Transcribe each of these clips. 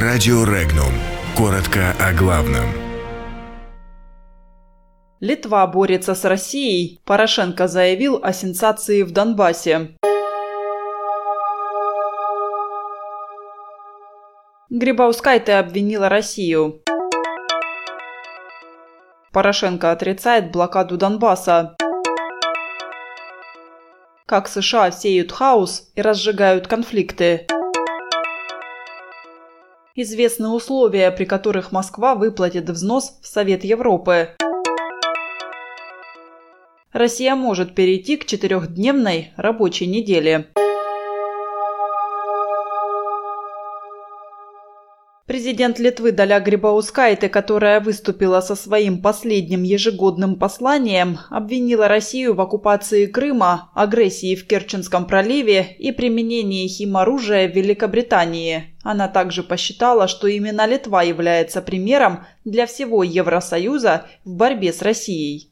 Радио Регнум. Коротко о главном. Литва борется с Россией. Порошенко заявил о сенсации в Донбассе. Грибаускайте обвинила Россию. Порошенко отрицает блокаду Донбасса. Как США сеют хаос и разжигают конфликты. Известны условия, при которых Москва выплатит взнос в Совет Европы. Россия может перейти к 4-дневной рабочей неделе. Президент Литвы Даля Грибаускайте, которая выступила со своим последним ежегодным посланием, обвинила Россию в оккупации Крыма, агрессии в Керченском проливе и применении химоружия в Великобритании. Она также посчитала, что именно Литва является примером для всего Евросоюза в борьбе с Россией.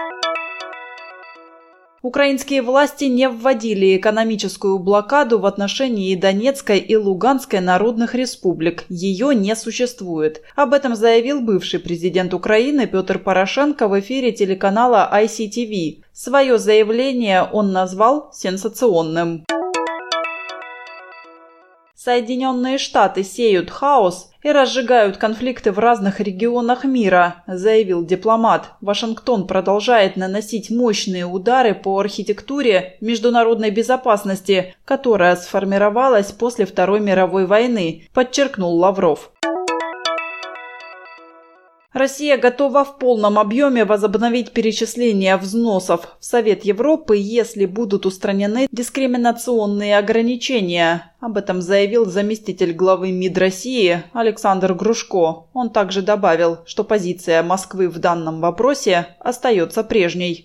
Украинские власти не вводили экономическую блокаду в отношении Донецкой и Луганской народных республик. Ее не существует. Об этом заявил бывший президент Украины Петр Порошенко в эфире телеканала ICTV. Свое заявление он назвал сенсационным. Соединенные Штаты сеют хаос и разжигают конфликты в разных регионах мира, заявил дипломат. Вашингтон продолжает наносить мощные удары по архитектуре международной безопасности, которая сформировалась после Второй мировой войны, подчеркнул Лавров. Россия готова в полном объеме возобновить перечисление взносов в Совет Европы, если будут устранены дискриминационные ограничения. Об этом заявил заместитель главы МИД России Александр Грушко. Он также добавил, что позиция Москвы в данном вопросе остается прежней.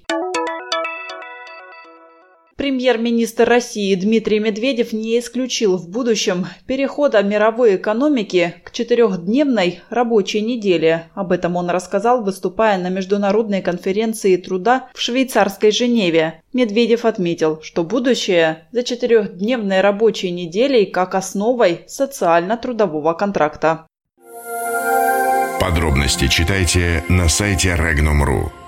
Премьер-министр России Дмитрий Медведев не исключил в будущем перехода мировой экономики к 4-дневной рабочей неделе. Об этом он рассказал, выступая на международной конференции труда в швейцарской Женеве. Медведев отметил, что будущее за 4-дневной рабочей неделей как основой социально-трудового контракта. Подробности читайте на сайте Regnum.ru.